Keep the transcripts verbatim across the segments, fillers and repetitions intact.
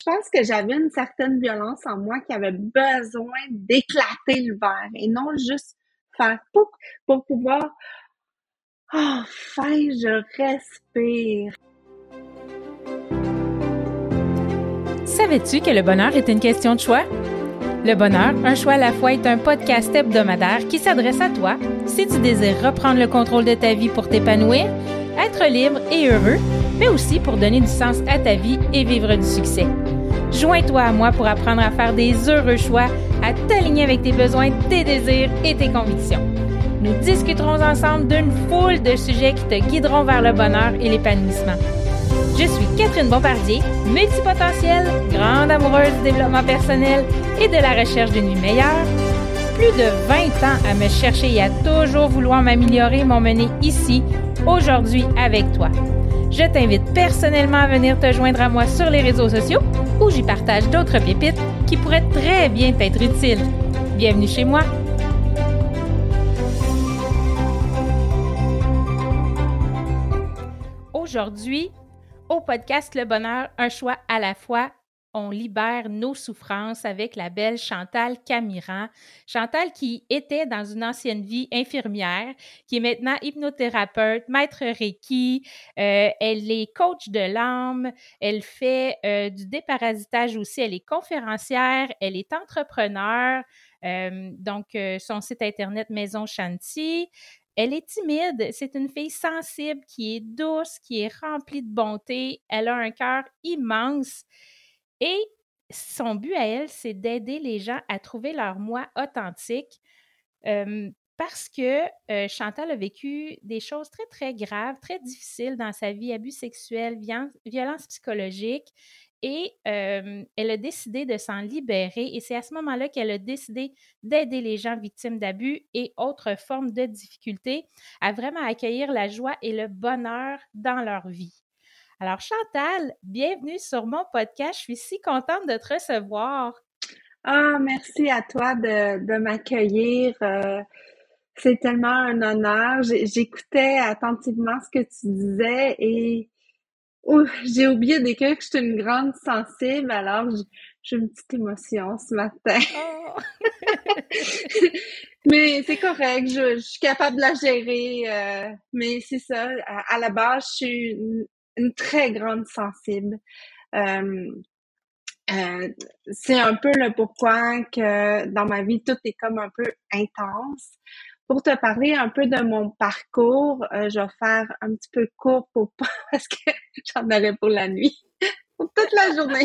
pense que j'avais une certaine violence en moi qui avait besoin d'éclater le verre et non juste faire pouc pour pouvoir « Oh, enfin, je respire ». Savais-tu que le bonheur est une question de choix? Le bonheur, un choix à la fois est un podcast hebdomadaire qui s'adresse à toi si tu désires reprendre le contrôle de ta vie pour t'épanouir, être libre et heureux, mais aussi pour donner du sens à ta vie et vivre du succès. Joins-toi à moi pour apprendre à faire des heureux choix, à t'aligner avec tes besoins, tes désirs et tes convictions. Nous discuterons ensemble d'une foule de sujets qui te guideront vers le bonheur et l'épanouissement. Je suis Catherine Bombardier, multipotentielle, grande amoureuse du développement personnel et de la recherche d'une vie meilleure. Plus de vingt ans à me chercher et à toujours vouloir m'améliorer m'ont mené ici, aujourd'hui avec toi. Je t'invite personnellement à venir te joindre à moi sur les réseaux sociaux où j'y partage d'autres pépites qui pourraient très bien t'être utiles. Bienvenue chez moi! Aujourd'hui, au podcast Le Bonheur, un choix à la fois, on libère nos souffrances avec la belle Chantal Camiran. Chantal qui était dans une ancienne vie infirmière, qui est maintenant hypnothérapeute, maître Reiki, euh, elle est coach de l'âme, elle fait euh, du déparasitage aussi, elle est conférencière, elle est entrepreneur, euh, donc euh, son site internet Maison Shanti. Elle est timide, c'est une fille sensible qui est douce, qui est remplie de bonté, elle a un cœur immense et son but à elle, c'est d'aider les gens à trouver leur moi authentique euh, parce que euh, Chantal a vécu des choses très, très graves, très difficiles dans sa vie, abus sexuels, violence, violence psychologique. Et euh, elle a décidé de s'en libérer et c'est à ce moment-là qu'elle a décidé d'aider les gens victimes d'abus et autres formes de difficultés à vraiment accueillir la joie et le bonheur dans leur vie. Alors Chantal, bienvenue sur mon podcast. Je suis si contente de te recevoir. Ah, merci à toi de, de m'accueillir. Euh, c'est tellement un honneur. J'écoutais attentivement ce que tu disais et oh, j'ai oublié d'écrire que je suis une grande sensible, alors j'ai une petite émotion ce matin. Oh. Mais c'est correct, je, je suis capable de la gérer. Euh, mais c'est ça, à, à la base, je suis une, une très grande sensible. Euh, euh, c'est un peu le pourquoi que dans ma vie, tout est comme un peu intense. Pour te parler un peu de mon parcours, euh, je vais faire un petit peu court pour pas parce que j'en aurais pour la nuit, pour toute la journée.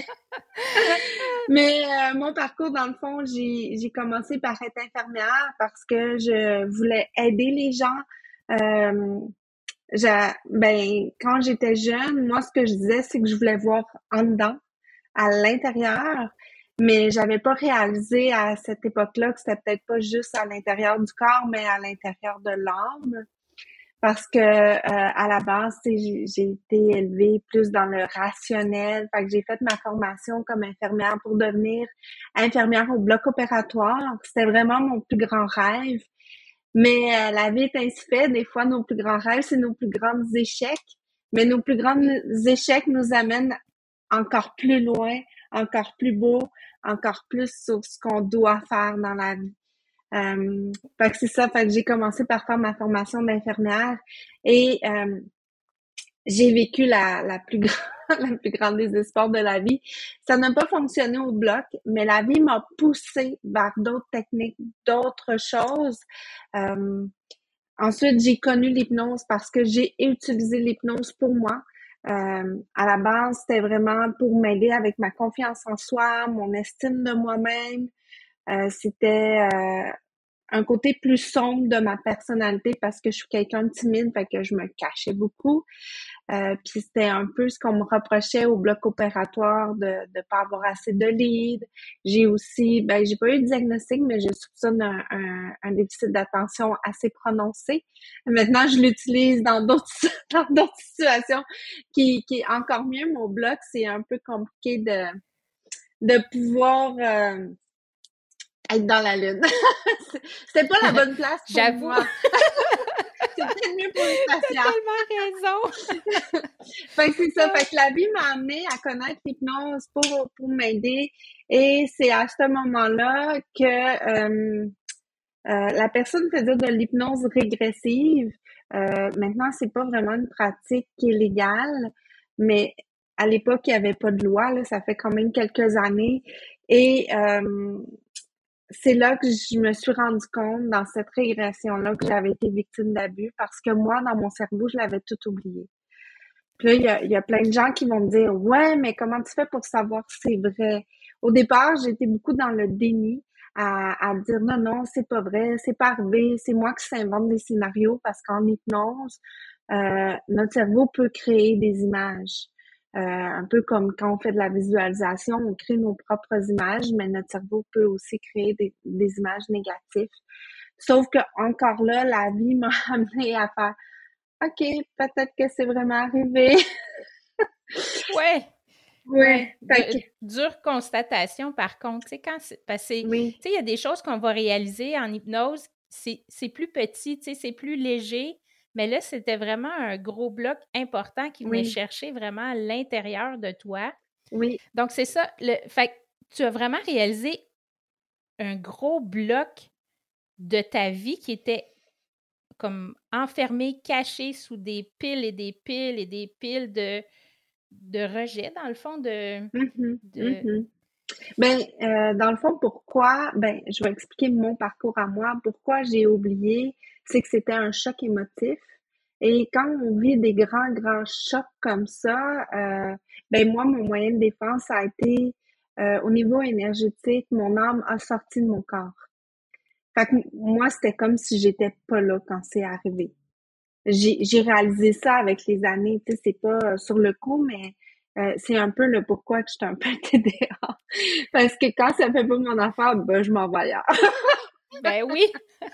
Mais euh, mon parcours, dans le fond, j'ai j'ai commencé par être infirmière parce que je voulais aider les gens. Euh, je, ben quand j'étais jeune, moi ce que je disais, c'est que je voulais voir en dedans, à l'intérieur. Mais j'avais pas réalisé à cette époque-là que c'était peut-être pas juste à l'intérieur du corps, mais à l'intérieur de l'âme. Parce que euh, à la base, j'ai, j'ai été élevée plus dans le rationnel. Fait que j'ai fait ma formation comme infirmière pour devenir infirmière au bloc opératoire. C'était vraiment mon plus grand rêve. Mais euh, la vie est ainsi faite. Des fois, nos plus grands rêves, c'est nos plus grands échecs. Mais nos plus grands échecs nous amènent encore plus loin, encore plus beau, encore plus sur ce qu'on doit faire dans la vie. Euh, fait que c'est ça, fait que j'ai commencé par faire ma formation d'infirmière et euh, j'ai vécu la, la plus grande, la plus grande désespoir de la vie. Ça n'a pas fonctionné au bloc, mais la vie m'a poussée vers d'autres techniques, d'autres choses. Euh, ensuite, j'ai connu l'hypnose parce que j'ai utilisé l'hypnose pour moi. Euh, à la base, c'était vraiment pour m'aider avec ma confiance en soi, mon estime de moi-même. Euh, c'était euh, un côté plus sombre de ma personnalité parce que je suis quelqu'un de timide, fait que je me cachais beaucoup. Euh, puis c'était un peu ce qu'on me reprochait au bloc opératoire de de pas avoir assez de leads. J'ai aussi, ben j'ai pas eu de diagnostic, mais je soupçonne un, un, un déficit d'attention assez prononcé. Maintenant, je l'utilise dans d'autres dans d'autres situations qui qui est encore mieux. Mon bloc, c'est un peu compliqué de de pouvoir euh, être dans la lune. C'était pas la bonne place pour J'avoue. moi. c'est peut-être mieux pour les T'as patients. tellement raison! Fait que c'est ça. Fait que la vie m'a amené à connaître l'hypnose pour, pour m'aider. Et c'est à ce moment-là que euh, euh, la personne faisait de l'hypnose régressive. Euh, maintenant, c'est pas vraiment une pratique qui est légale, mais à l'époque, il n'y avait pas de loi, là, ça fait quand même quelques années. Et euh, c'est là que je me suis rendu compte, dans cette régression-là, que j'avais été victime d'abus parce que moi, dans mon cerveau, je l'avais tout oublié. Puis là, il y a, il y a plein de gens qui vont me dire, ouais, mais comment tu fais pour savoir si c'est vrai? Au départ, j'étais beaucoup dans le déni à, à dire, non, non, c'est pas vrai, c'est pas arrivé, c'est moi qui s'invente des scénarios parce qu'en hypnose, euh, notre cerveau peut créer des images. Euh, un peu comme quand on fait de la visualisation, on crée nos propres images, mais notre cerveau peut aussi créer des, des images négatives. Sauf que encore là, la vie m'a amené à faire OK, peut-être que c'est vraiment arrivé. Ouais, Ouais, ouais. fait De, que dure constatation, par contre. Tu sais, quand c'est. Parce que, c'est- oui, tu sais, il y a des choses qu'on va réaliser en hypnose, c'est c'est plus petit, tu sais, c'est plus léger. Mais là, c'était vraiment un gros bloc important qui venait oui, chercher vraiment à l'intérieur de toi. oui, Donc, c'est ça. Le, fait que tu as vraiment réalisé un gros bloc de ta vie qui était comme enfermé, caché sous des piles et des piles et des piles de, de rejet, dans le fond, de, mhm, de... mhm. Ben, euh, dans le fond, pourquoi, ben, je vais expliquer mon parcours à moi. Pourquoi j'ai oublié, c'est que c'était un choc émotif. Et quand on vit des grands, grands chocs comme ça, euh, ben, moi, mon moyen de défense a été, euh, au niveau énergétique, mon âme a sorti de mon corps. Fait que moi, c'était comme si j'étais pas là quand c'est arrivé. J'ai j'ai réalisé ça avec les années, tu sais, c'est pas euh, sur le coup, mais euh, c'est un peu le pourquoi que j'étais un peu T D A. Parce que quand ça fait pas mon affaire, ben je m'en vais ailleurs. Ben oui,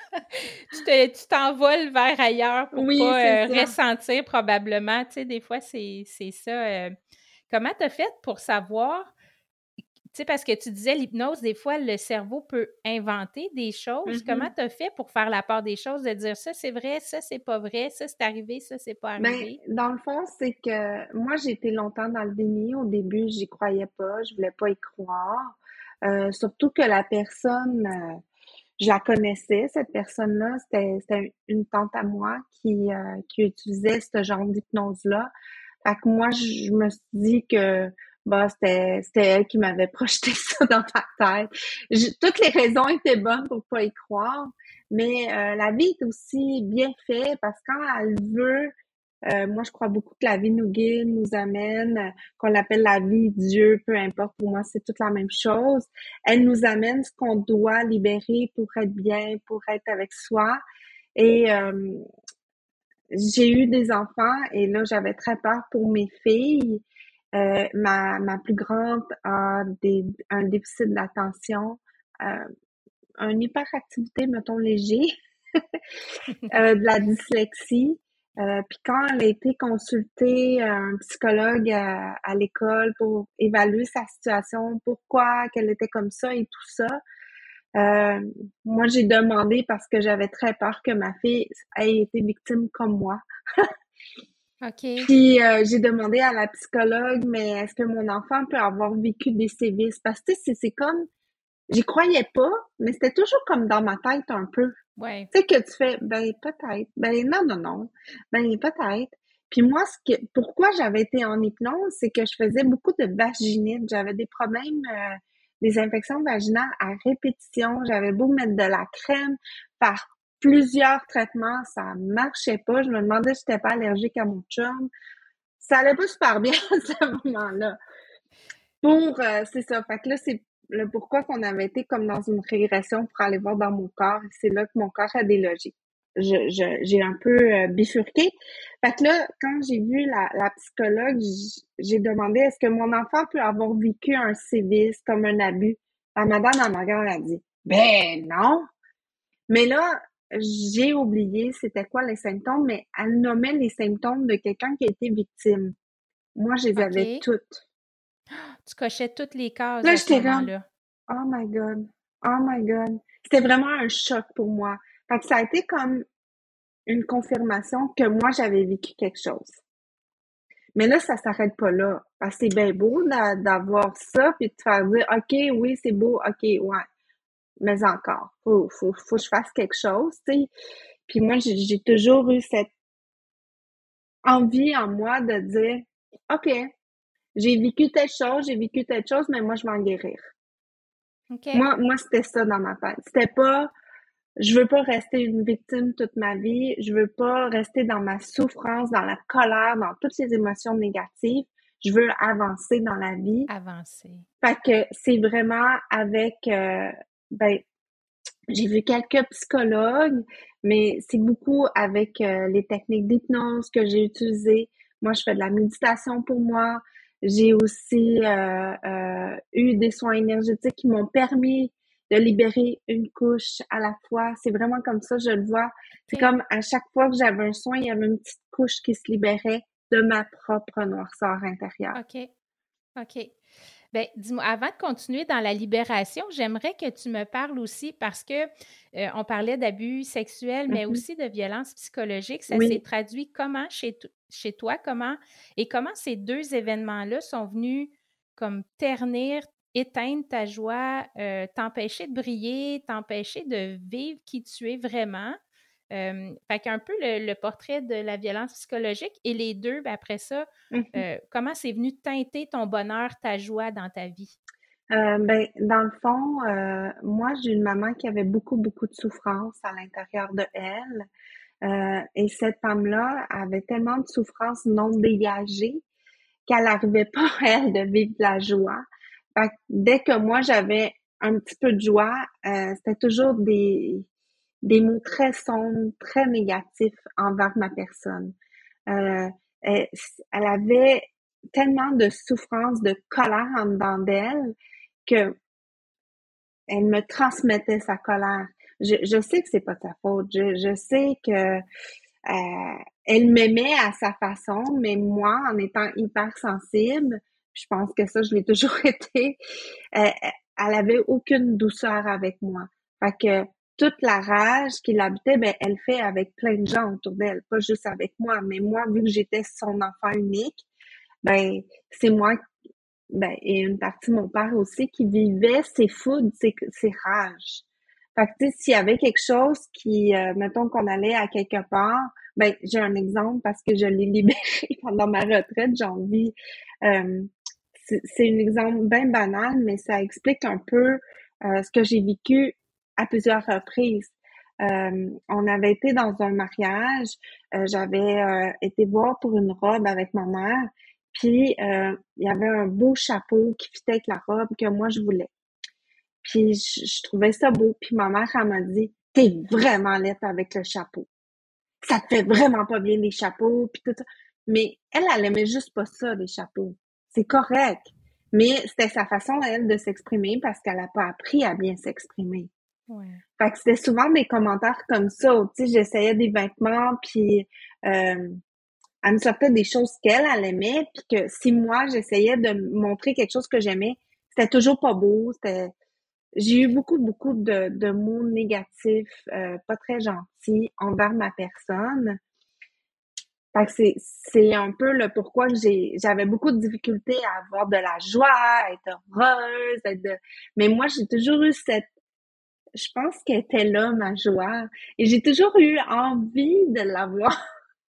tu te, tu t'envoles vers ailleurs pour Oui, c'est pas euh, ça. ressentir probablement, tu sais, des fois, c'est, c'est ça. euh. Comment t'as fait pour savoir, tu sais, parce que tu disais l'hypnose, des fois, le cerveau peut inventer des choses. Comment Mhm. t'as fait pour faire la part des choses, de dire ça, c'est vrai, ça, c'est pas vrai, ça, c'est arrivé, ça, c'est pas Ben, arrivé? dans le fond, c'est que moi, j'ai été longtemps dans le déni. Au début, j'y croyais pas, je voulais pas y croire. Euh, surtout que la personne, euh, je la connaissais, cette personne-là, c'était, c'était une tante à moi qui, euh, qui utilisait ce genre d'hypnose-là. Fait que moi, je me suis dit que bah, c'était, c'était elle qui m'avait projeté ça dans ma tête. Je- toutes les raisons étaient bonnes pour pas y croire, mais euh, la vie est aussi bien faite parce que quand elle veut, euh, moi je crois beaucoup que la vie nous guide, nous amène, euh, qu'on l'appelle la vie, Dieu, peu importe, pour moi c'est toute la même chose. Elle nous amène ce qu'on doit libérer pour être bien, pour être avec soi. Et euh, j'ai eu des enfants et là, j'avais très peur pour mes filles. Euh, ma, ma plus grande a des, un déficit d'attention, euh, une hyperactivité, mettons, léger, euh, de la dyslexie. Euh, puis quand elle a été consultée euh, un psychologue à, à l'école pour évaluer sa situation, pourquoi qu'elle était comme ça et tout ça, euh, moi j'ai demandé parce que j'avais très peur que ma fille ait été victime comme moi. OK. Puis euh, j'ai demandé à la psychologue, mais est-ce que mon enfant peut avoir vécu des sévices? Parce que tu sais, c'est c'est comme, j'y croyais pas, mais c'était toujours comme dans ma tête un peu. Ouais. Tu sais que tu fais, ben peut-être, ben non, non, non, ben peut-être. Puis moi, ce que, pourquoi j'avais été en hypnose, c'est que je faisais beaucoup de vaginite. J'avais des problèmes, euh, des infections vaginales à répétition. J'avais beau mettre de la crème par plusieurs traitements, ça marchait pas. Je me demandais si j'étais pas allergique à mon chum. Ça allait pas super bien à ce moment-là. Pour, euh, c'est ça. Fait que là, c'est le pourquoi qu'on avait été comme dans une régression pour aller voir dans mon corps. Et c'est là que mon corps a délogé. Je, je, j'ai un peu euh, bifurqué. Fait que là, quand j'ai vu la, la psychologue, j- j'ai demandé est-ce que mon enfant peut avoir vécu un sévice comme un abus? La madame en me regardant, elle a dit ben non. Mais là, j'ai oublié c'était quoi les symptômes, mais elle nommait les symptômes de quelqu'un qui a été victime. Moi, je les avais OK. toutes. Tu cochais toutes les cases Là, à ce j'étais comme, moment-là. oh my God, oh my God. C'était vraiment un choc pour moi. Fait que ça a été comme une confirmation que moi, j'avais vécu quelque chose. Mais là, ça s'arrête pas là. Parce que c'est bien beau d'a- d'avoir ça, puis de te faire dire, OK, oui, c'est beau, OK, ouais. Mais encore, faut, faut, faut que je fasse quelque chose, tu sais. Puis moi, j'ai j'ai toujours eu cette envie en moi de dire, OK, j'ai vécu telle chose, j'ai vécu telle chose, mais moi, je vais en guérir. OK. Moi, moi, c'était ça dans ma tête. C'était pas, je veux pas rester une victime toute ma vie. Je veux pas rester dans ma souffrance, dans la colère, dans toutes ces émotions négatives. Je veux avancer dans la vie. Avancer. Fait que c'est vraiment avec, euh, ben, j'ai vu quelques psychologues, mais c'est beaucoup avec euh, les techniques d'hypnose que j'ai utilisées. Moi, je fais de la méditation pour moi. J'ai aussi euh, euh, eu des soins énergétiques qui m'ont permis de libérer une couche à la fois. C'est vraiment comme ça, je le vois. C'est OK. comme à chaque fois que j'avais un soin, il y avait une petite couche qui se libérait de ma propre noirceur intérieure. OK. OK. Bien, dis-moi, avant de continuer dans la libération, j'aimerais que tu me parles aussi parce que euh, on parlait d'abus sexuels, mais Mhm. aussi de violence psychologique. Ça s'est Oui. traduit comment chez, t- chez toi? Comment et comment ces deux événements-là sont venus comme ternir, éteindre ta joie, euh, t'empêcher de briller, t'empêcher de vivre qui tu es vraiment? Euh, fait qu'un peu le, le portrait de la violence psychologique et les deux, ben après ça, Mhm. euh, comment c'est venu teinter ton bonheur, ta joie dans ta vie? Euh, ben, dans le fond, euh, moi, j'ai une maman qui avait beaucoup, beaucoup de souffrance à l'intérieur de elle. Euh, et cette femme-là avait tellement de souffrance non dégagée qu'elle n'arrivait pas, elle, de vivre de la joie. Fait que dès que moi, j'avais un petit peu de joie, euh, c'était toujours des, des mots très sombres, très négatifs envers ma personne. Euh, elle, elle avait tellement de souffrance, de colère en dedans d'elle que elle me transmettait sa colère. Je, je sais que c'est pas sa faute. Je, je sais que euh, elle m'aimait à sa façon, mais moi, en étant hyper sensible, je pense que ça, je l'ai toujours été, euh, elle avait aucune douceur avec moi. Fait que toute la rage qui l'habitait, ben, elle fait avec plein de gens autour d'elle, pas juste avec moi. Mais moi, vu que j'étais son enfant unique, ben, c'est moi ben, et une partie de mon père aussi qui vivait ses foudes, ses, ses rages. Fait que, tu sais, s'il y avait quelque chose qui, euh, mettons qu'on allait à quelque part, ben, j'ai un exemple parce que je l'ai libéré pendant ma retraite, j'ai envie, euh, c'est c'est un exemple bien banal, mais ça explique un peu euh, ce que j'ai vécu à plusieurs reprises. Euh, on avait été dans un mariage, euh, j'avais euh, été voir pour une robe avec ma mère, puis euh, il y avait un beau chapeau qui fitait avec la robe que moi je voulais. Puis je, je trouvais ça beau, puis ma mère elle m'a dit t'es vraiment laide avec le chapeau. Ça te fait vraiment pas bien les chapeaux, puis tout ça. Mais elle, elle aimait juste pas ça, les chapeaux. C'est correct. Mais c'était sa façon, elle, de s'exprimer parce qu'elle a pas appris à bien s'exprimer. Ouais. Fait que c'était souvent des commentaires comme ça, où, tu sais, j'essayais des vêtements, puis euh, elle me sortait des choses qu'elle, elle aimait, puis que si moi, j'essayais de montrer quelque chose que j'aimais, c'était toujours pas beau, c'était... J'ai eu beaucoup, beaucoup de, de mots négatifs, euh, pas très gentils envers ma personne. Fait que c'est, c'est un peu le pourquoi que j'ai, j'avais beaucoup de difficultés à avoir de la joie, à être heureuse, être de... Mais moi, j'ai toujours eu cette, je pense qu'elle était là, ma joie. Et j'ai toujours eu envie de l'avoir.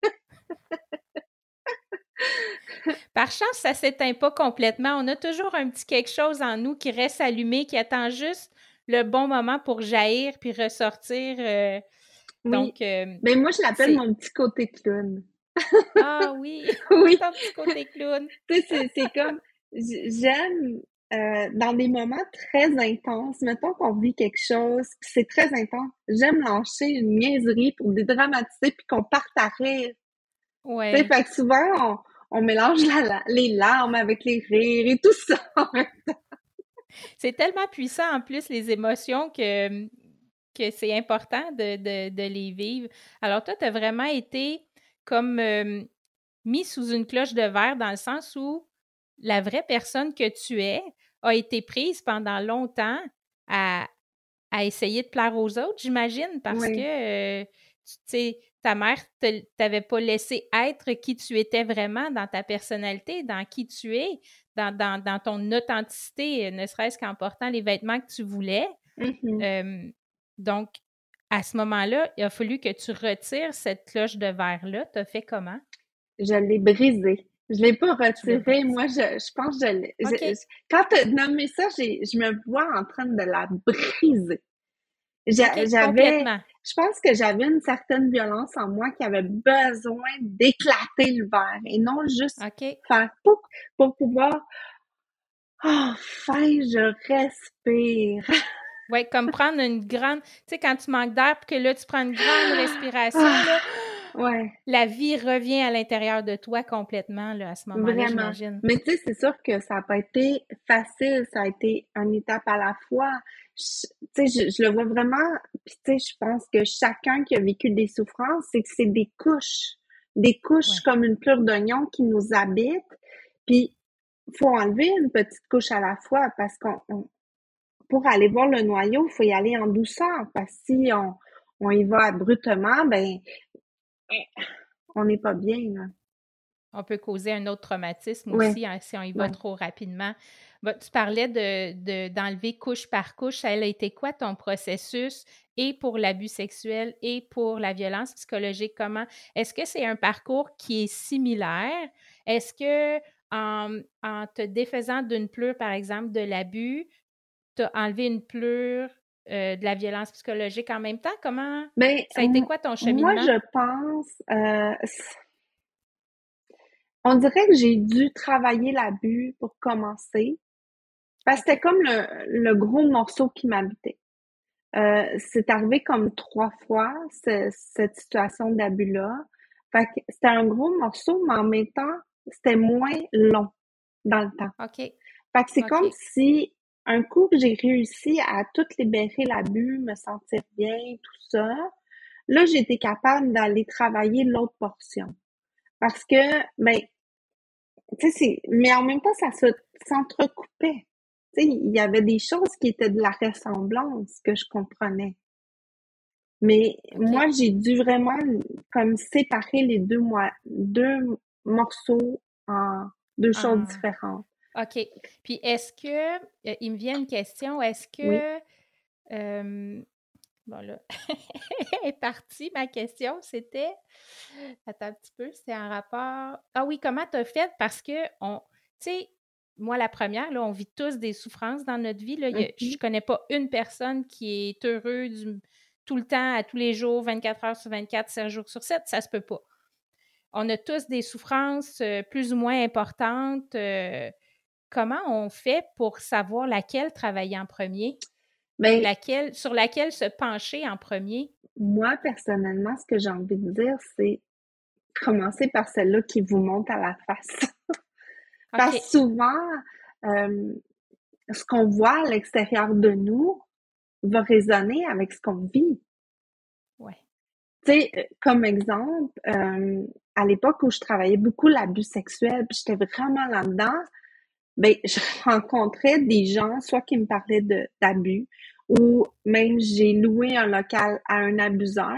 Par chance, ça ne s'éteint pas complètement. On a toujours un petit quelque chose en nous qui reste allumé, qui attend juste le bon moment pour jaillir puis ressortir. euh, Oui. donc, euh, Mais moi, je l'appelle c'est... mon petit côté clown. Ah oui, Oui. ton petit côté clown. Tu sais, c'est, c'est comme, j- j'aime, euh, dans des moments très intenses, mettons qu'on vit quelque chose, puis c'est très intense, j'aime lâcher une niaiserie pour dédramatiser puis qu'on parte à rire. Tu sais, Ouais. fait que souvent, on, on mélange la, la- les larmes avec les rires et tout ça. C'est tellement puissant en plus, les émotions, que, que c'est important de, de, de les vivre. Alors, toi, tu as vraiment été comme euh, mis sous une cloche de verre dans le sens où la vraie personne que tu es a été prise pendant longtemps à, à essayer de plaire aux autres, j'imagine, parce Oui. que euh, tu sais, ta mère te t'avait pas laissé être qui tu étais vraiment dans ta personnalité, dans qui tu es, dans dans dans ton authenticité, ne serait-ce qu'en portant les vêtements que tu voulais. Mhm. Hem, donc à ce moment-là, il a fallu que tu retires cette cloche de verre-là. Tu as fait comment? Je l'ai brisé. Je l'ai pas Tu l'as retiré. brisé. Moi, je, je pense que je l'ai. je- OK. je- quand tu as nommé ça, j'ai, je me vois en train de la briser. J'a- OK, J'avais, complètement. je pense que j'avais une certaine violence en moi qui avait besoin d'éclater le verre et non juste OK. faire pouc pour pouvoir, oh, enfin, je respire. Ouais, comme prendre une grande, tu sais, quand tu manques d'air, puis que là, tu prends une grande respiration, Ah, là, ouais. la vie revient à l'intérieur de toi complètement, là, à ce moment-là, Vraiment. j'imagine. Mais tu sais, c'est sûr que ça n'a pas été facile, ça a été une étape à la fois. Je- Tu sais, je, je le vois vraiment, puis tu sais, je pense que chacun qui a vécu des souffrances, c'est que c'est des couches, des couches Ouais. comme une plure d'oignon qui nous habitent, puis faut enlever une petite couche à la fois parce qu'on, on- pour aller voir le noyau, il faut y aller en douceur, parce que si on, on y va abruptement, ben, on n'est pas bien, là. On peut causer un autre traumatisme Ouais, aussi, hein, si on y va ouais. trop rapidement. Bah, tu parlais de, de- d'enlever couche par couche. Ça a été quoi ton processus et pour l'abus sexuel et pour la violence psychologique? Comment? Est-ce que c'est un parcours qui est similaire? Est-ce que en, en te défaisant d'une pleure, par exemple, de l'abus, tu as enlevé une pleure euh, de la violence psychologique en même temps? Comment? Ben, Ça a été m- quoi ton moi, cheminement? je pense, euh, on dirait que j'ai dû travailler l'abus pour commencer, parce que c'était OK. comme le, le gros morceau qui m'habitait. Euh, c'est arrivé comme trois fois, ce- cette situation d'abus-là. Fait que c'était un gros morceau, mais en même temps, c'était moins long dans le temps. OK. Fait que c'est comme OK. si, un coup que j'ai réussi à tout libérer l'abus, me sentir bien, tout ça, là, j'étais capable d'aller travailler l'autre portion. Parce que, ben, tu sais, c'est, mais en même temps, ça se, s'entrecoupait. Tu sais, il y avait des choses qui étaient de la ressemblance que je comprenais. Mais OK. moi, j'ai dû vraiment comme séparer les deux, moi, deux morceaux en deux choses En différentes. OK. Puis est-ce que, euh, il me vient une question, est-ce Oui. que, euh, bon là, elle est partie, ma question, c'était, attends un petit peu, c'était en rapport, ah oui, comment tu as fait? Parce que, on, tu sais, moi, la première, là, on vit tous des souffrances dans notre vie, là. Il y a- je Mhm. connais pas une personne qui est heureux du- tout le temps, à tous les jours, vingt-quatre heures sur vingt-quatre, sept jours sur sept, ça se peut pas. On a tous des souffrances euh, plus ou moins importantes. euh, Comment on fait pour savoir laquelle travailler en premier? Ben, Laquelle, sur laquelle se pencher en premier? moi, personnellement, ce que j'ai envie de dire, c'est commencer par celle-là qui vous monte à la face. Parce OK. que souvent, euh, ce qu'on voit à l'extérieur de nous va résonner avec ce qu'on vit. Ouais. Tu sais, euh, comme exemple, euh, à l'époque où je travaillais beaucoup l'abus sexuel, puis j'étais vraiment là-dedans, ben, je rencontrais des gens, soit qui me parlaient de d'abus, ou même j'ai loué un local à un abuseur.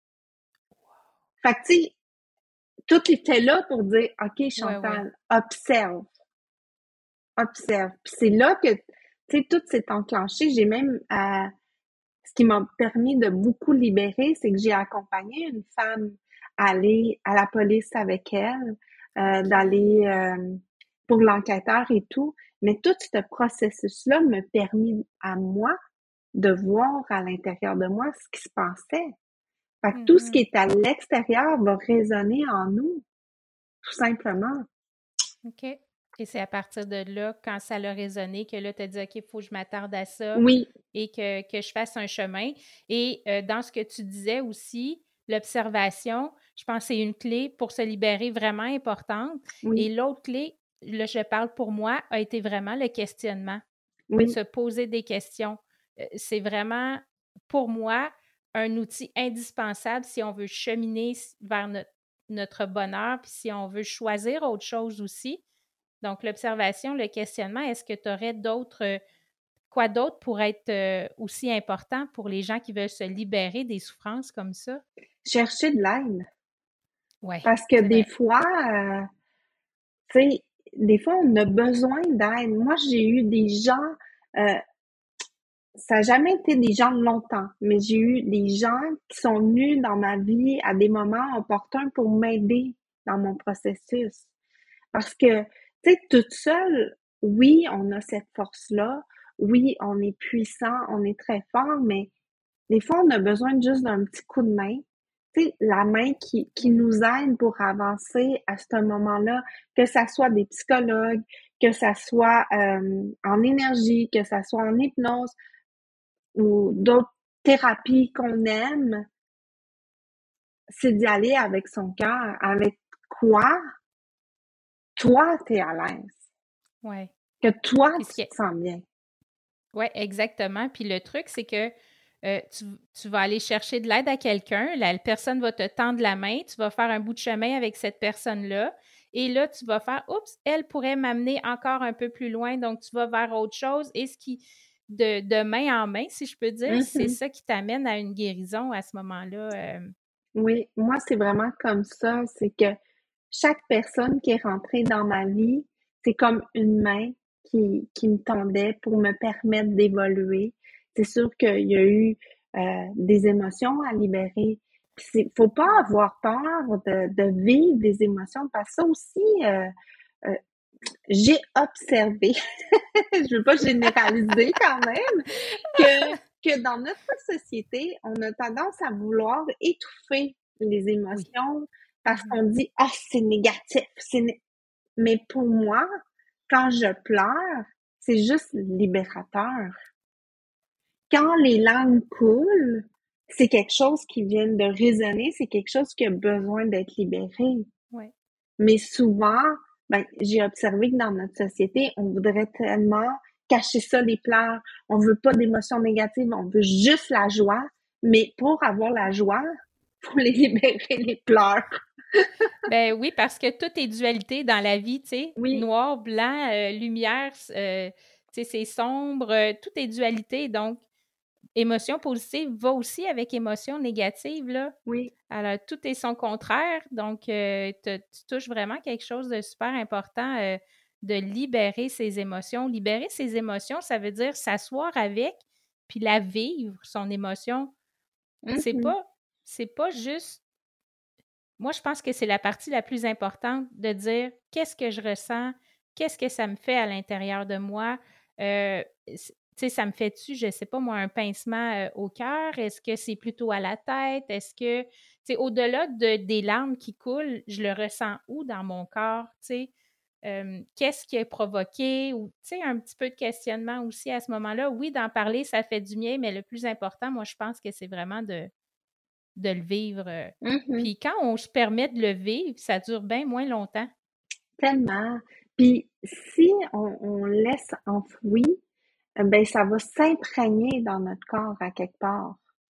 Fait que, tu sais, tout était là pour dire, OK, Ouais, ouais. Chantal, observe, observe. Puis c'est là que, tu sais, tout s'est enclenché. J'ai même, euh, ce qui m'a permis de beaucoup libérer, c'est que j'ai accompagné une femme à aller à la police avec elle, euh, OK. d'aller euh, pour l'enquêteur et tout. Mais tout ce processus-là me permis à moi de voir à l'intérieur de moi ce qui se passait. Fait que tout ce qui Mhm. est à l'extérieur va résonner en nous, tout simplement. OK. Et c'est à partir de là, quand ça l'a résonné, que là, tu as dit, OK, il faut que je m'attarde à ça Oui, et que, que je fasse un chemin. Et euh, dans ce que tu disais aussi, l'observation, je pense que c'est une clé pour se libérer vraiment importante. Et oui, l'autre clé, là, je parle pour moi, a été vraiment le questionnement. oui. Se poser des questions. Euh, C'est vraiment, pour moi, un outil indispensable si on veut cheminer vers notre, notre bonheur, puis si on veut choisir autre chose aussi. Donc, l'observation, le questionnement, est-ce que tu aurais d'autres, euh, quoi d'autre pour être euh, aussi important pour les gens qui veulent se libérer des souffrances comme ça? chercher de l'aide. Ouais, Parce que c'est des vrai. fois, euh, tu sais, des fois, on a besoin d'aide. Moi, j'ai eu des gens, euh, ça n'a jamais été des gens de longtemps, mais j'ai eu des gens qui sont venus dans ma vie à des moments opportuns pour m'aider dans mon processus. Parce que, tu sais, toute seule, oui, on a cette force-là, oui, on est puissant, on est très fort, mais des fois, on a besoin juste d'un petit coup de main. Tu sais, la main qui, qui Oui. nous aide pour avancer à ce moment-là, que ça soit des psychologues, que ça soit euh, en énergie, que ça soit en hypnose ou d'autres thérapies qu'on aime, c'est d'y aller avec son cœur, avec quoi toi, t'es à l'aise, Ouais. que toi, Puis ce tu qui te sens bien. Ouais, exactement. Puis le truc, c'est que euh, tu, tu vas aller chercher de l'aide à quelqu'un, la personne va te tendre la main, tu vas faire un bout de chemin avec cette personne-là, et là, tu vas faire, oups, elle pourrait m'amener encore un peu plus loin, donc tu vas vers autre chose, et ce qui, de, de main en main, si je peux dire, c'est Mhm. ça qui t'amène à une guérison à ce moment-là. euh. Oui, moi, c'est vraiment comme ça. C'est que chaque personne qui est rentrée dans ma vie, c'est comme une main qui, qui me tendait pour me permettre d'évoluer. C'est sûr qu'il y a eu euh, des émotions à libérer. Puis c'est, faut pas Ouais. avoir peur de, de vivre des émotions parce que ça aussi, euh, euh, j'ai observé, je veux pas généraliser quand même, que, que dans notre société, on a tendance à vouloir étouffer les Oui. émotions parce Mhm. qu'on dit ah c'est négatif, c'est né-. Mais pour moi, quand je pleure, c'est juste libérateur. Quand les larmes coulent, c'est quelque chose qui vient de résonner, c'est quelque chose qui a besoin d'être libéré. Ouais. Mais souvent, ben, j'ai observé que dans notre société, on voudrait tellement cacher ça, les pleurs. On veut pas d'émotions négatives, on veut juste la joie. Mais pour avoir la joie, faut les libérer, les pleurs. Ben oui, parce que tout est dualité dans la vie, tu sais. Oui, Noir, blanc, euh, lumière, euh, tu sais, c'est sombre, euh, tout est dualité. Donc, émotion positive va aussi avec émotion négative, là. oui. Alors, tout est son contraire. Donc, euh, te- tu touches vraiment quelque chose de super important, euh, de libérer ses émotions. Libérer ses émotions, ça veut dire s'asseoir avec, puis la vivre, son émotion. C'est Mhm. pas, c'est pas juste. Moi, je pense que c'est la partie la plus importante de dire qu'est-ce que je ressens, qu'est-ce que ça me fait à l'intérieur de moi. Euh, c- tu sais, ça me fait-tu, je sais pas moi, un pincement euh, au cœur? Est-ce que c'est plutôt à la tête? Est-ce que, tu sais, au-delà de, des larmes qui coulent, je le ressens où dans mon corps? Tu sais, Euh, qu'est-ce qui est provoqué? Ou, tu sais, un petit peu de questionnement aussi à ce moment-là. Oui, d'en parler, ça fait du bien, mais le plus important, moi, je pense que c'est vraiment de de le vivre. euh. Mhm. Puis quand on se permet de le vivre, ça dure bien moins longtemps. Tellement. Puis si on, on laisse enfoui, euh, ben ça va s'imprégner dans notre corps à quelque part.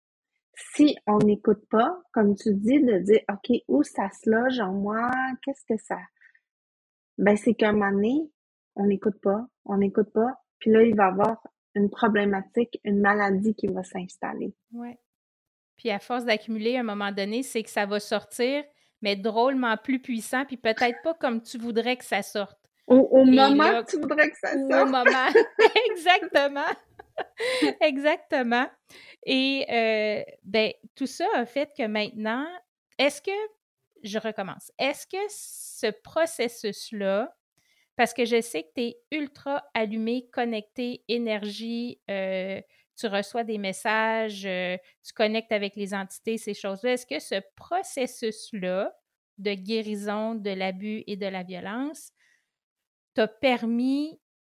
Si on n'écoute pas, comme tu dis, de dire, OK, où ça se loge en moi? Qu'est-ce que ça? Ben, c'est qu'à un moment donné, on n'écoute pas, on n'écoute pas, puis là, il va y avoir une problématique, une maladie qui va s'installer. Ouais. Puis à force d'accumuler, à un moment donné, c'est que ça va sortir, mais drôlement plus puissant, puis peut-être pas comme tu voudrais que ça sorte. Au, au Et moment là, que tu voudrais que ça ou au sorte. moment. Exactement. Exactement. Et euh, ben, tout ça a fait que maintenant, est-ce que, je recommence, est-ce que ce processus-là, parce que je sais que tu es ultra allumé, connecté, énergie, euh, tu reçois des messages, euh, tu connectes avec les entités, ces choses-là. Est-ce que ce processus-là de guérison de l'abus et de la violence t'a permis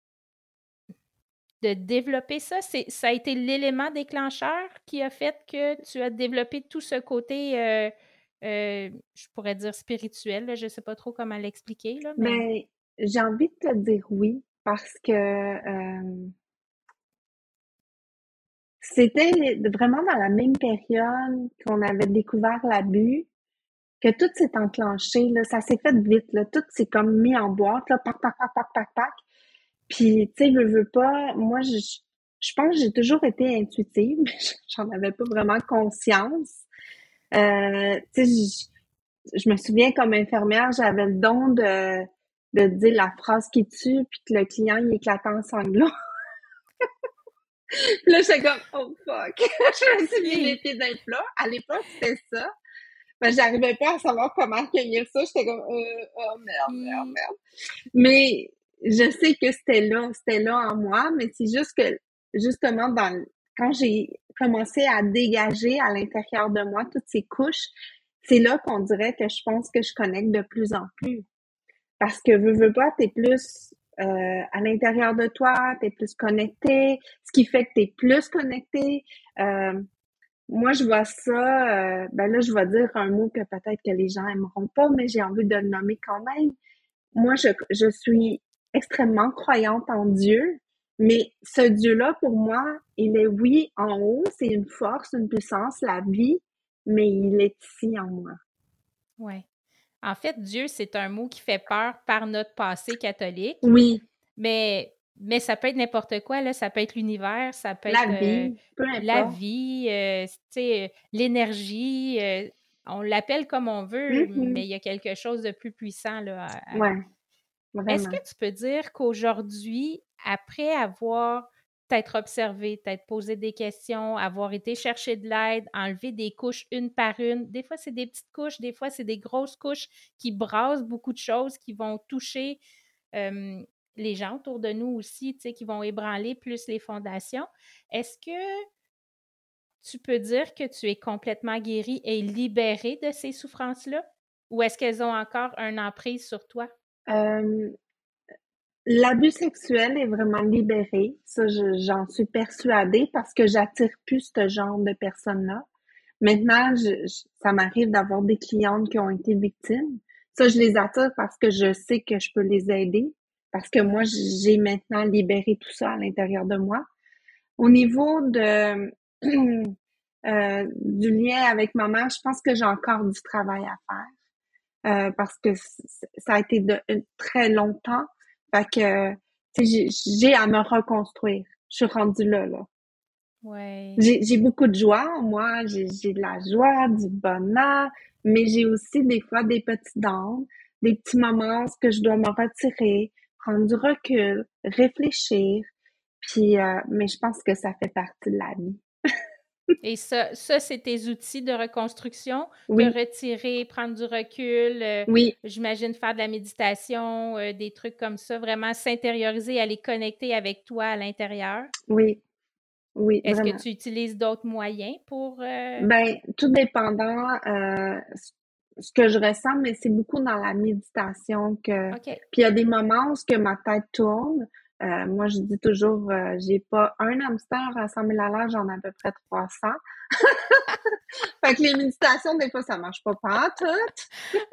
de développer ça? C'est, ça a été l'élément déclencheur qui a fait que tu as développé tout ce côté, euh, euh, je pourrais dire spirituel, là, je ne sais pas trop comment l'expliquer, là, mais Ben, j'ai envie de te dire oui, parce que euh, c'était vraiment dans la même période qu'on avait découvert l'abus, que tout s'est enclenché, là, ça s'est fait vite, là, tout s'est comme mis en boîte, là, pac, pac, pac, pac, pac, pac. Puis, tu sais, veux, veux pas, moi, je, je pense que j'ai toujours été intuitive, mais j'en avais pas vraiment conscience. Euh, tu sais, je, je me souviens comme infirmière, j'avais le don de, de dire la phrase qui tue, puis que le client, il éclatait en sanglots. Puis là, j'étais comme, oh fuck! Je me suis mis les OK. pieds dans le plat. À l'époque, c'était ça. Ben, j'arrivais pas à savoir comment accueillir ça. J'étais comme, euh, oh merde, merde, Puis merde. Mais je sais que c'était là, c'était là en moi, mais c'est juste que, justement, dans le- quand j'ai commencé à dégager à l'intérieur de moi toutes ces couches, c'est là qu'on dirait que je pense que je connecte de plus en plus. Parce que veux, veux pas, t'es plus euh, à l'intérieur de toi, t'es plus connecté, ce qui fait que t'es plus connecté. Euh, Moi, je vois ça, euh, ben là, je vais dire un mot que peut-être que les gens aimeront pas, mais j'ai envie de le nommer quand même. Moi, je, je suis extrêmement croyante en Dieu, mais ce Dieu-là, pour moi, il est, oui, en haut, c'est une force, une puissance, la vie, mais il est ici en moi. ouais. En fait, Dieu, c'est un mot qui fait peur par notre passé catholique, Oui, mais, mais ça peut être n'importe quoi, là. Ça peut être l'univers, ça peut la être euh, vie, peu la importe. vie, euh, tu sais, euh, l'énergie. Euh, on l'appelle comme on veut, Mhm. mais il y a quelque chose de plus puissant, là. à- à- Ouais, Est-ce vraiment. que tu peux dire qu'aujourd'hui, après avoir peut-être observé, peut-être posé des questions, avoir été chercher de l'aide, enlever des couches une par une, des fois c'est des petites couches, des fois c'est des grosses couches qui brassent beaucoup de choses, qui vont toucher euh, les gens autour de nous aussi, tu sais, qui vont ébranler plus les fondations. Est-ce que tu peux dire que tu es complètement guéri et libéré de ces souffrances-là? Ou est-ce qu'elles ont encore un emprise sur toi? Euh, L'abus sexuel est vraiment libéré. Ça, je- j'en suis persuadée parce que j'attire plus ce genre de personnes-là. Maintenant, je, je- ça m'arrive d'avoir des clientes qui ont été victimes. Ça, je les attire parce que je sais que je peux les aider. Parce que moi, j'ai maintenant libéré tout ça à l'intérieur de moi. Au niveau de euh, du lien avec ma mère, je pense que j'ai encore du travail à faire. Euh, parce que c- ça a été de euh, très longtemps. Fait que tu sais, j'ai j'ai à me reconstruire. Je suis rendue là, là. Ouais. J'ai j'ai beaucoup de joie en moi, j'ai j'ai de la joie, du bonheur, mais j'ai aussi des fois des petits downs, des petits moments où ce que je dois me retirer, prendre du recul, réfléchir, puis euh, mais je pense que ça fait partie de la vie. Et ça, ça c'est tes outils de reconstruction, te Oui, retirer, prendre du recul, euh, oui, j'imagine faire de la méditation, euh, des trucs comme ça, vraiment s'intérioriser, aller connecter avec toi à l'intérieur. oui, oui, Est-ce que vraiment. tu utilises d'autres moyens pour... euh, Ben, tout dépendant euh, ce ce que je ressens, mais c'est beaucoup dans la méditation que. OK. Puis il y a des moments où ce que ma tête tourne. Euh, moi, je dis toujours, euh, j'ai pas un hamster à cent mille à l'heure, j'en ai à peu près trois cents. Fait que les méditations, des fois, ça marche pas pantoute.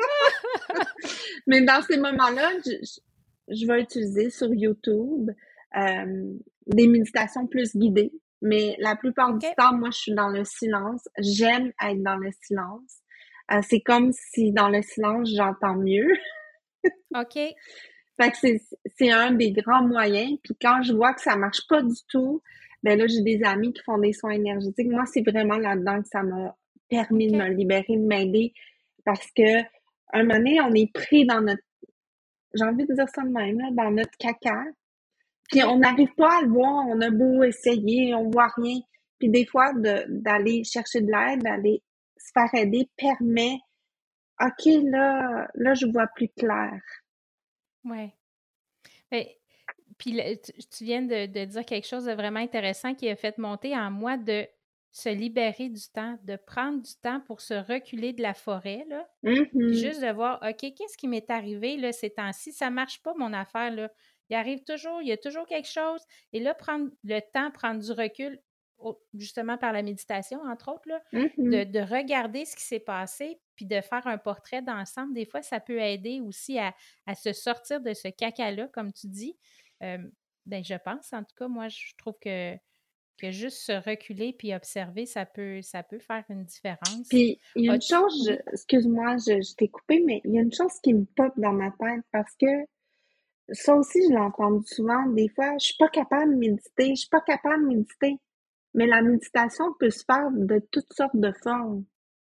Mais dans ces moments-là, je, je, je vais utiliser sur YouTube euh, des méditations plus guidées. Mais la plupart du OK. temps, moi, je suis dans le silence. J'aime être dans le silence. Euh, c'est comme si dans le silence, j'entends mieux. OK. Fait que c'est, c'est un des grands moyens. Puis quand je vois que ça marche pas du tout, ben là, j'ai des amis qui font des soins énergétiques. Moi, c'est vraiment là-dedans que ça m'a permis de me OK. libérer, de m'aider. Parce que un moment donné, on est pris dans notre, j'ai envie de dire ça de même, là, dans notre caca. Puis Oui. on n'arrive pas à le voir. On a beau essayer, on voit rien. Puis des fois, de, d'aller chercher de l'aide, d'aller se faire aider permet, OK, là, là, je vois plus clair. Ouais. Ben, puis le- tu, tu viens de, de dire quelque chose de vraiment intéressant qui a fait monter en moi de se libérer du temps, de prendre du temps pour se reculer de la forêt, là, puis Mhm, juste de voir, OK, qu'est-ce qui m'est arrivé là, ces temps-ci? Ça marche pas, mon affaire, là. Il arrive toujours, il y a toujours quelque chose. Et là, prendre le temps, prendre du recul, au- justement par la méditation, entre autres, là, mhm. de, de regarder ce qui s'est passé, puis de faire un portrait d'ensemble. Des fois, ça peut aider aussi à, à se sortir de ce caca-là, comme tu dis. Euh, ben, je pense, en tout cas, moi, je trouve que, que juste se reculer puis observer, ça peut, ça peut faire une différence. Puis, il y a une As-tu... chose, je- Oui, excuse-moi, je, je t'ai coupé, mais il y a une chose qui me pop dans ma tête parce que ça aussi, je l'ai entendu souvent. Des fois, je suis pas capable de méditer, je suis pas capable de méditer. Mais la méditation peut se faire de toutes sortes de formes.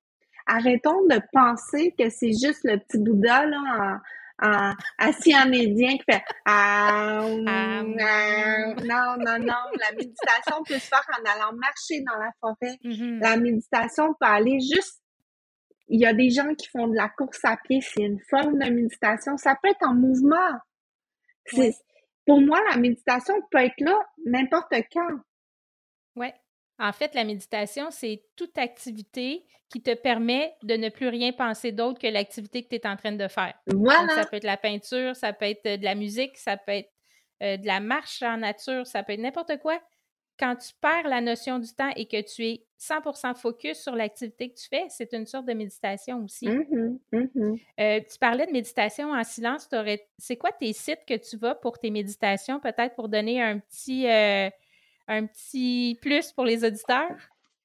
arrêtons de penser que c'est juste le petit Bouddha, là, en, en, assis en indien qui fait ah, Ah, hum, ah. Non, non, non. La méditation peut se faire en allant marcher dans la forêt. mhm. La méditation peut aller juste. Il y a des gens qui font de la course à pied, c'est une forme de méditation. Ça peut être en mouvement. C'est, Ouais. Pour moi, la méditation peut être là n'importe quand. Oui. En fait, la méditation, c'est toute activité qui te permet de ne plus rien penser d'autre que l'activité que tu es en train de faire. Voilà. Donc, ça peut être la peinture, ça peut être de la musique, ça peut être euh, de la marche en nature, ça peut être n'importe quoi. Quand tu perds la notion du temps et que tu es cent pour cent focus sur l'activité que tu fais, c'est une sorte de méditation aussi. Mm-hmm, mm-hmm. Euh, tu parlais de méditation en silence. T'aurais... C'est quoi tes sites que tu vas pour tes méditations, peut-être pour donner un petit... Euh, un petit plus pour les auditeurs?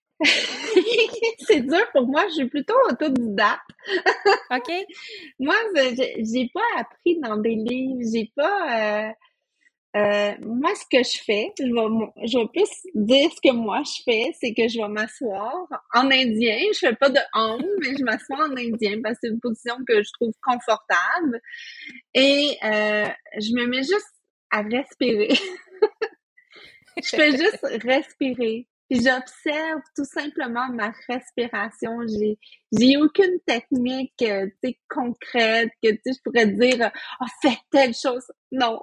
C'est dur pour moi, je suis plutôt autodidacte. OK. Moi, j'ai, j'ai pas appris dans des livres, j'ai pas... Euh, euh, moi, ce que je fais, je vais, je vais plus dire ce que moi je fais, c'est que je vais m'asseoir en indien. Je fais pas de home, mais je m'assois en indien parce que c'est une position que je trouve confortable. Et euh, je me mets juste à respirer. Je fais juste respirer. Puis j'observe tout simplement ma respiration. J'ai, j'ai aucune technique, euh, tu sais, concrète, que, tu sais, je pourrais dire, oh, fais telle chose. Non.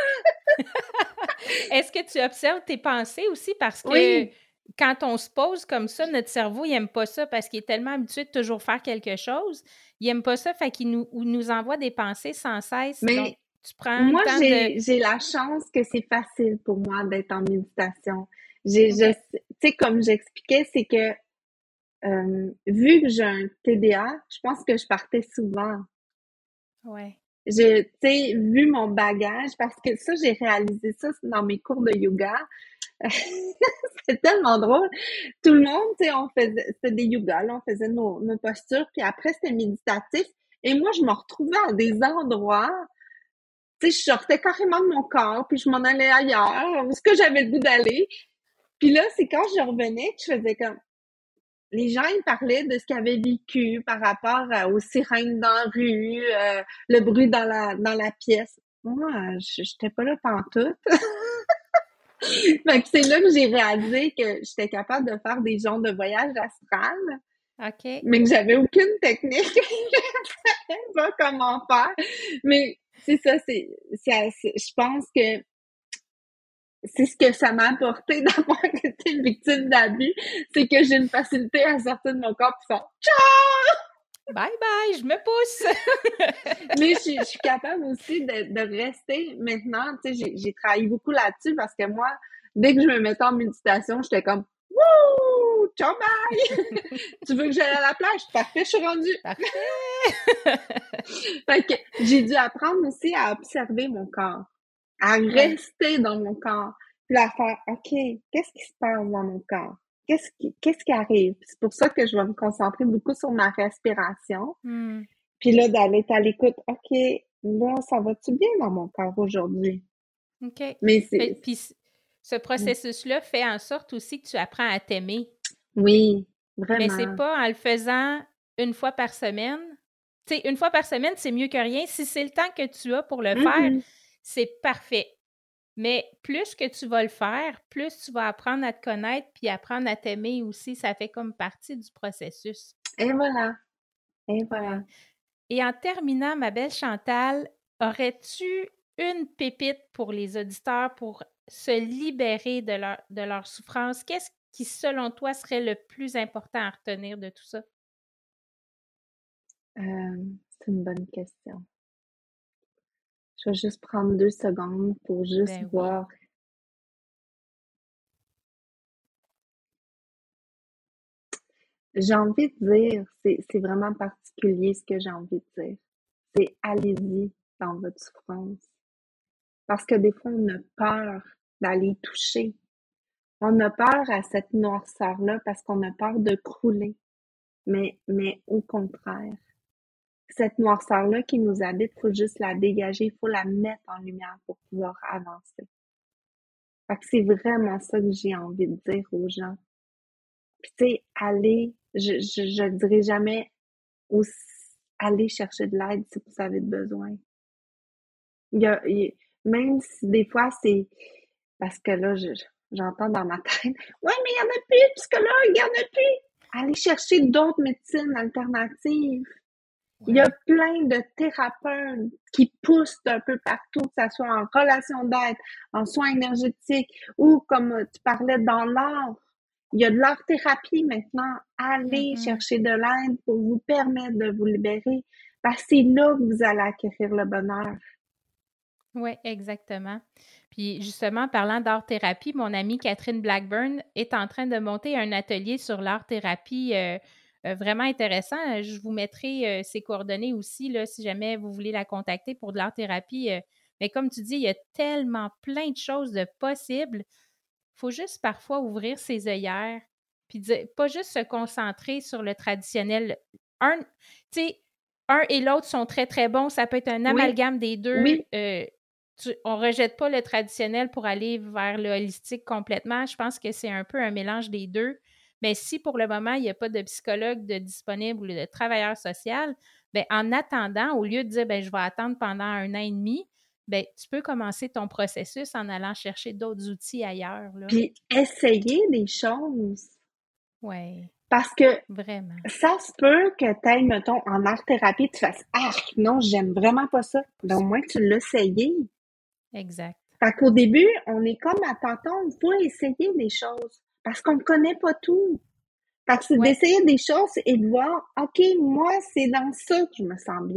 Est-ce que tu observes tes pensées aussi? Parce que Oui. quand on se pose comme ça, notre cerveau, il aime pas ça parce qu'il est tellement habitué de toujours faire quelque chose. Il aime pas ça, fait qu'il nous, nous envoie des pensées sans cesse. Mais Donc, tu prends moi, le temps j'ai, de... j'ai la chance que c'est facile pour moi d'être en méditation. J'ai, je, OK. tu sais, comme j'expliquais, c'est que euh, vu que j'ai un T D A, je pense que je partais souvent. Ouais. Je, tu sais, vu mon bagage, parce que ça, j'ai réalisé ça dans mes cours de yoga. C'est tellement drôle. Tout le monde, tu sais, on faisait, c'était des yogas, là, on faisait nos, nos postures, puis après, c'était méditatif. Et moi, je me retrouvais à des endroits, tu sais, je sortais carrément de mon corps, puis je m'en allais ailleurs, où est-ce que j'avais le goût d'aller. Puis là, c'est quand je revenais que je faisais comme... Les gens, ils parlaient de ce qu'ils avaient vécu par rapport à- aux sirènes dans la rue, euh, le bruit dans la, dans la pièce. Moi, je j'étais pas là pantoute. Fait que c'est là que j'ai réalisé que j'étais capable de faire des genres de voyages astral, OK. mais que j'avais aucune technique. Je savais pas comment faire. Mais c'est ça, c'est, c'est, c'est- je pense que c'est ce que ça m'a apporté d'avoir été une victime d'abus, c'est que j'ai une facilité à sortir de mon corps et faire Bye bye, je me pousse! mais je, je suis capable aussi de, de rester maintenant, tu sais, j'ai, j'ai travaillé beaucoup là-dessus parce que moi, dès que je me mettais en méditation, j'étais comme wouh, ciao bye! Tu veux que j'aille à la plage? Parfait, je suis rendue. Parfait! Fait que j'ai dû apprendre aussi à observer mon corps, à Ouais. rester dans mon corps, puis à faire OK, qu'est-ce qui se passe dans mon corps? Qu'est-ce qui, qu'est-ce qui arrive? C'est pour ça que je vais me concentrer beaucoup sur ma respiration. Hmm. Puis là, d'aller être à l'écoute. OK, là, ça va-tu bien dans mon corps aujourd'hui? OK. Mais Fait- c'est... Puis c- ce processus-là fait en sorte aussi que tu apprends à t'aimer. Oui, Mais c'est vraiment. pas en le faisant une fois par semaine. Tu sais, une fois par semaine, c'est mieux que rien. Si c'est le temps que tu as pour le faire, Mhm. c'est parfait. Mais plus que tu vas le faire, plus tu vas apprendre à te connaître puis apprendre à t'aimer aussi. Ça fait comme partie du processus. Et voilà. Et voilà. Ouais. Et en terminant, ma belle Chantal, aurais-tu une pépite pour les auditeurs pour se libérer de leur, de leur souffrance? Qu'est-ce qui, selon toi, serait le plus important à retenir de tout ça? Euh, c'est une bonne question. Je vais juste prendre deux secondes pour juste Ben oui. voir. J'ai envie de dire, c'est, c'est vraiment particulier ce que j'ai envie de dire. C'est allez-y dans votre souffrance. Parce que des fois, on a peur d'aller toucher. On a peur à cette noirceur-là parce qu'on a peur de crouler. Mais, mais au contraire, cette noirceur-là qui nous habite, il faut juste la dégager, il faut la mettre en lumière pour pouvoir avancer. Fait que c'est vraiment ça que j'ai envie de dire aux gens. Puis tu sais, allez, je, je, je dirais jamais ou aller chercher de l'aide si vous avez besoin. Il y a, il, même si des fois c'est parce que là, je, j'entends dans ma tête, ouais, mais il n'y en a plus de psychologue, il n'y en a plus. Aller chercher d'autres médecines alternatives. Ouais. Il y a plein de thérapeutes qui poussent un peu partout, que ce soit en relation d'aide, en soins énergétiques ou comme tu parlais dans l'art. Il y a de l'art-thérapie maintenant. Allez mm-hmm. chercher de l'aide pour vous permettre de vous libérer parce que c'est là que vous allez acquérir le bonheur. Oui, exactement. Puis justement, parlant d'art-thérapie, mon amie Catherine Blackburn est en train de monter un atelier sur l'art-thérapie euh, euh, vraiment intéressant. Je vous mettrai euh, ses coordonnées aussi, là, si jamais vous voulez la contacter pour de l'art-thérapie. Euh, mais comme tu dis, il y a tellement plein de choses de possibles. Il faut juste parfois ouvrir ses œillères, puis dire, pas juste se concentrer sur le traditionnel. Un, tu sais, un et l'autre sont très, très bons. Ça peut être un amalgame oui. des deux. Oui. Euh, tu, on ne rejette pas le traditionnel pour aller vers le holistique complètement. Je pense que c'est un peu un mélange des deux. Mais si pour le moment, il n'y a pas de psychologue de disponible ou de travailleur social, bien, en attendant, au lieu de dire, bien, je vais attendre pendant un an et demi, bien, tu peux commencer ton processus en allant chercher d'autres outils ailleurs. Là. Puis essayer des choses. Oui. Parce que vraiment. Ça se peut que tu ailles, mettons, en art-thérapie, tu fasses « Ah, non, j'aime vraiment pas ça. » Ben, au moins, tu l'as essayé. Exact. Fait qu'au début, on est comme à tâtons, il faut essayer des choses parce qu'on ne connaît pas tout. Fait que c'est ouais. d'essayer des choses et de voir « OK, moi, c'est dans ça que je me sens bien. »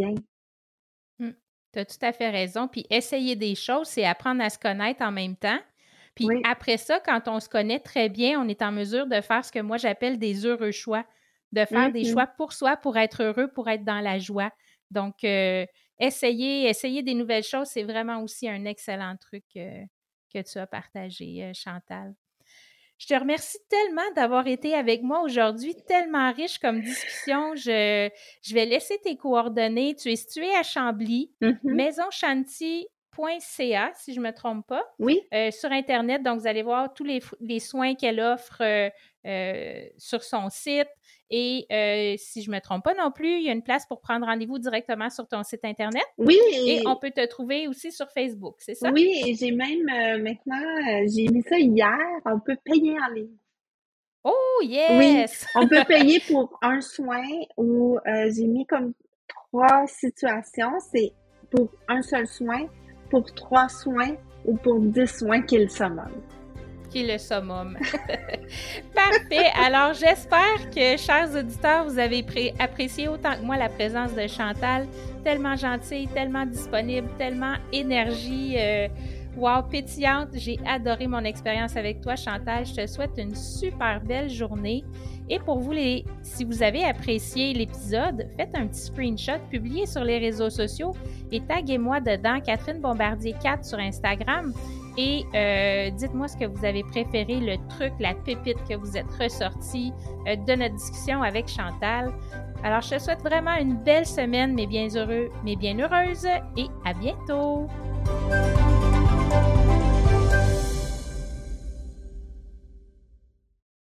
Hum, tu as tout à fait raison. Puis essayer des choses, c'est apprendre à se connaître en même temps. Puis oui. après ça, quand on se connaît très bien, on est en mesure de faire ce que moi j'appelle des heureux choix, de faire mm-hmm. des choix pour soi, pour être heureux, pour être dans la joie. Donc, euh, essayer, essayer des nouvelles choses, c'est vraiment aussi un excellent truc euh, que tu as partagé, euh, Chantal. Je te remercie tellement d'avoir été avec moi aujourd'hui, tellement riche comme discussion. Je, je vais laisser tes coordonnées. Tu es située à Chambly, mm-hmm. Maison Chanty. .ca, si je ne me trompe pas, oui. euh, sur Internet. Donc, vous allez voir tous les, les soins qu'elle offre euh, euh, sur son site. Et euh, si je ne me trompe pas non plus, il y a une place pour prendre rendez-vous directement sur ton site Internet. Oui. Et on peut te trouver aussi sur Facebook, c'est ça? Oui, et j'ai même euh, maintenant, euh, j'ai mis ça hier, on peut payer en ligne. Oh, yes! Oui, on peut payer pour un soin où euh, j'ai mis comme trois situations. C'est pour un seul soin, pour trois soins ou pour dix soins qui est le summum. Qui est le summum. Parfait. Alors, j'espère que, chers auditeurs, vous avez pré- apprécié autant que moi la présence de Chantal. Tellement gentille, tellement disponible, tellement énergie. Euh, wow, pétillante. J'ai adoré mon expérience avec toi, Chantal. Je te souhaite une super belle journée. Et pour vous, les, si vous avez apprécié l'épisode, faites un petit screenshot, publiez sur les réseaux sociaux et taguez-moi dedans, Catherine Bombardier quatre sur Instagram. Et euh, dites-moi ce que vous avez préféré, le truc, la pépite que vous êtes ressorti euh, de notre discussion avec Chantal. Alors, je te souhaite vraiment une belle semaine, mes bien heureux, mes bien heureuses, et à bientôt!